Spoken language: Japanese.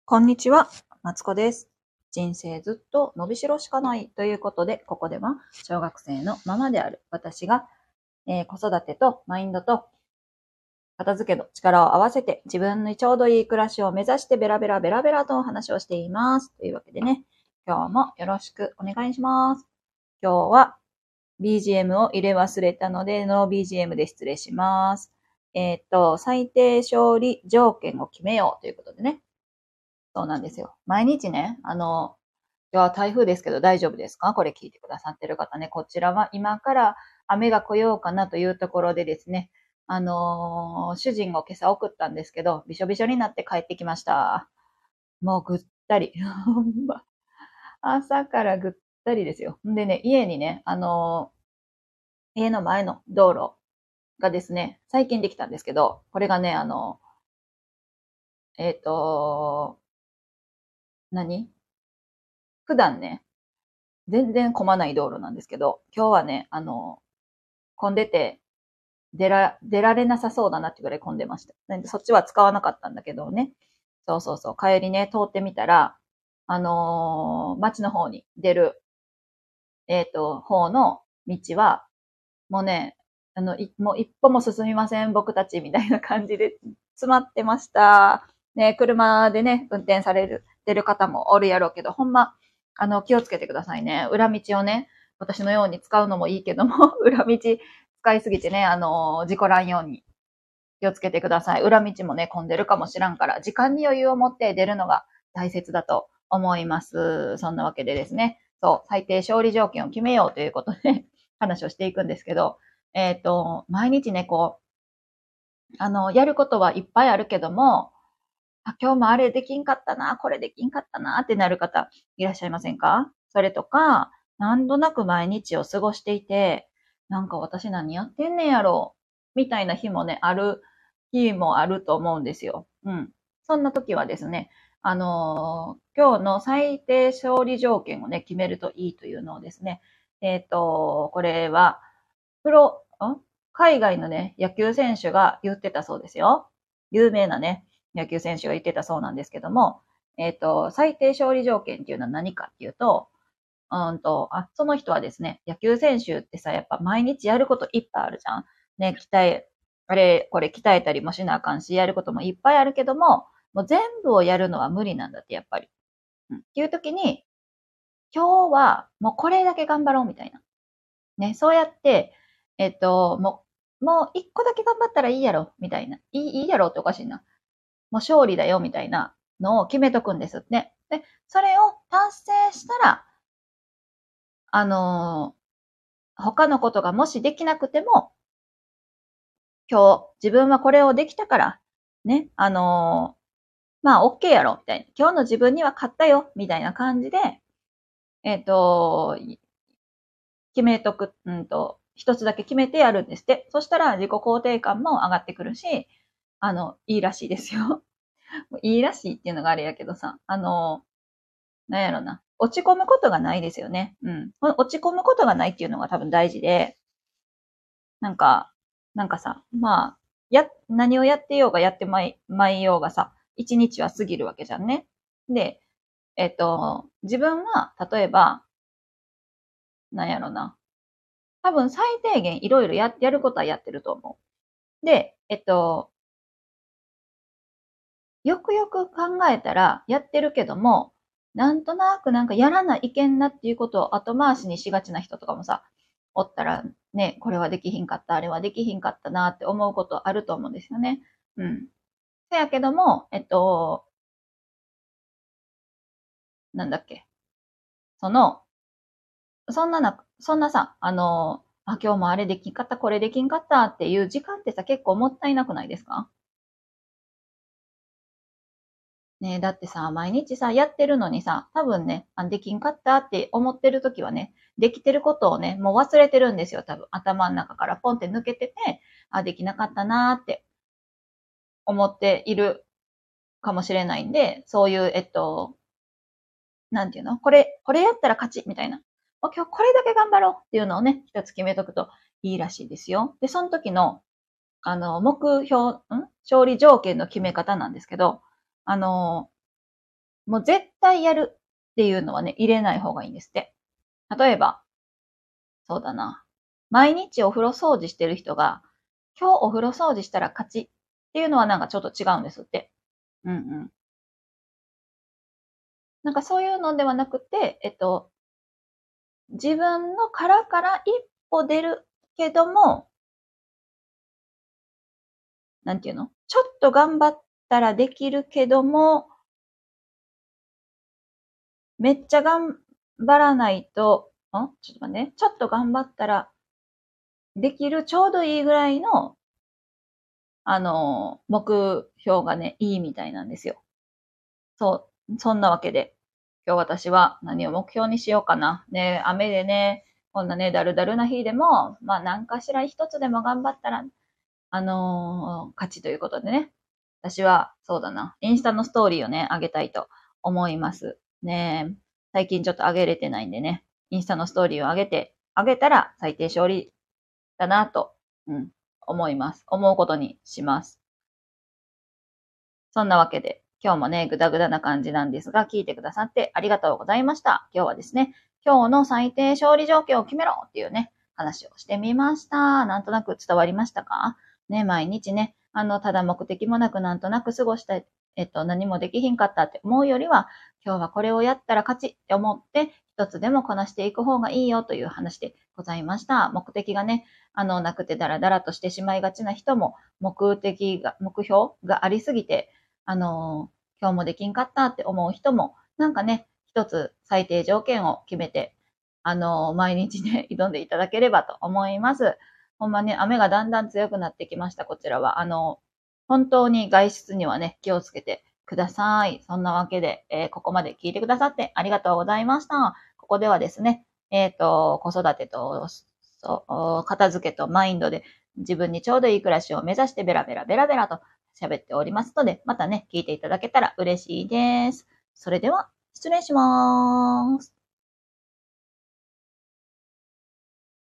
こんにちは、マツコです。人生ずっと伸びしろしかないということで、ここでは小学生のママである私が、子育てとマインドと片付けの力を合わせて自分にちょうどいい暮らしを目指してベラベラベラベラとお話をしています。というわけでね、今日もよろしくお願いします。今日は BGM を入れ忘れたので、ノー BGM で失礼します。最低勝利条件を決めようということでね、そうなんですよ。毎日ね、いや、台風ですけど大丈夫ですか？これ聞いてくださってる方ね。こちらは今から雨が来ようかなというところでですね、主人を今朝送ったんですけど、びしょびしょになって帰ってきました。もうぐったり。ほんま。朝からぐったりですよ。んでね、家にね、家の前の道路がですね、最近できたんですけど、これがね、えっ、と、何普段ね、全然混まない道路なんですけど、今日はね、混んでて、出られなさそうだなってぐらい混んでました。なんでそっちは使わなかったんだけどね。そうそうそう。帰りね、通ってみたら、街の方に出る、方の道は、もうね、もう一歩も進みません、僕たち、みたいな感じで詰まってました。ね、車でね、運転される、出る方もおるやろうけど、ほんま、気をつけてくださいね。裏道をね、私のように使うのもいいけども、裏道使いすぎてね、事故らんように気をつけてください。裏道もね、混んでるかもしらんから、時間に余裕を持って出るのが大切だと思います。そんなわけでですね、そう、最低勝利条件を決めようということで話をしていくんですけど、毎日ね、やることはいっぱいあるけども、今日もあれできんかったな、これできんかったなってなる方いらっしゃいませんか？それとか、なんとなく毎日を過ごしていて、なんか私何やってんねんやろみたいな日もね、ある日もあると思うんですよ。うん。そんな時はですね、今日の最低勝利条件をね、決めるといいというのをですね、これは、プロ、ん海外のね、野球選手が言ってたそうですよ。有名なね、野球選手が言ってたそうなんですけども、最低勝利条件っていうのは何かっていうと、その人はですね、野球選手ってさ、やっぱ毎日やることいっぱいあるじゃん。ね、これ鍛えたりもしなあかんし、やることもいっぱいあるけども、もう全部をやるのは無理なんだって、やっぱり。うん。っていう時に、今日はもうこれだけ頑張ろうみたいな。ね、そうやって、もう一個だけ頑張ったらいいやろ、みたいな。いいやろっておかしいな。もう勝利だよ、みたいなのを決めとくんですって。で、それを達成したら、あの他のことがもしできなくても、今日自分はこれをできたから、ね、まあ、OK やろ、みたいな。今日の自分には勝ったよ、みたいな感じで、えっと、決めとく、一つだけ決めてやるんですって。そしたら自己肯定感も上がってくるし、いいらしいですよ。いいらしいっていうのがあれやけどさ、なんやろな。落ち込むことがないですよね。うん。落ち込むことがないっていうのが多分大事で、なんか、なんかさ、まあ、何をやってようがやってまいようがさ、一日は過ぎるわけじゃんね。で、自分は、例えば、なんやろな。多分最低限いろいろやることはやってると思う。で、よくよく考えたらやってるけども、なんとなくなんかやらないけんなっていうことを後回しにしがちな人とかもさ、おったらね、これはできひんかった、あれはできひんかったなって思うことあると思うんですよね。うん。せやけども、なんだっけ。その、そんなさ、今日もあれできんかった、これできんかったっていう時間ってさ、結構もったいなくないですか？ねえ、だってさ、毎日さ、やってるのにさ、多分ね、できんかったって思ってる時はね、できてることをね、もう忘れてるんですよ、多分。頭の中からポンって抜けてて、できなかったなーって思っているかもしれないんで、そういう、なんていうのこれやったら勝ちみたいな。今日これだけ頑張ろうっていうのをね、一つ決めとくといいらしいですよ。で、その時の、目標、勝利条件の決め方なんですけど、あの、 もう絶対やるっていうのはね、入れない方がいいんですって。例えば、そうだな。毎日お風呂掃除してる人が、今日お風呂掃除したら勝ちっていうのはなんかちょっと違うんですって。うんうん。なんかそういうのではなくて、自分の殻から一歩出るけども、なんていうの？ちょっと頑張ったらできるけども、めっちゃ頑張らないと、ちょっと待ってね。ちょっと頑張ったらできるちょうどいいぐらいの、目標がね、いいみたいなんですよ。そう。そんなわけで、今日私は何を目標にしようかな。ね、雨でね、こんなね、だるだるな日でも、まあ何かしら一つでも頑張ったら、勝ちということでね。私は、そうだな、インスタのストーリーをね、上げたいと思います。ね、最近ちょっと上げれてないんでね、インスタのストーリーを上げたら最低勝利だなと、うん、思います。思うことにします。そんなわけで、今日もね、ぐだぐだな感じなんですが、聞いてくださってありがとうございました。今日はですね、今日の最低勝利条件を決めろっていうね、話をしてみました。なんとなく伝わりましたかね、毎日ね、ただ目的もなくなんとなく過ごした、何もできひんかったって思うよりは、今日はこれをやったら勝ちって思って、一つでもこなしていく方がいいよという話でございました。目的がね、なくてだらだらとしてしまいがちな人も、目標がありすぎて、今日もできんかったって思う人も、なんかね、一つ最低条件を決めて、毎日ね、挑んでいただければと思います。ほんまね、雨がだんだん強くなってきました、こちらは。本当に外出にはね、気をつけてください。そんなわけで、ここまで聞いてくださってありがとうございました。ここではですね、子育てと、片付けとマインドで自分にちょうどいい暮らしを目指してベラベラベラベラと喋っておりますので、またね、聞いていただけたら嬉しいです。それでは、失礼します。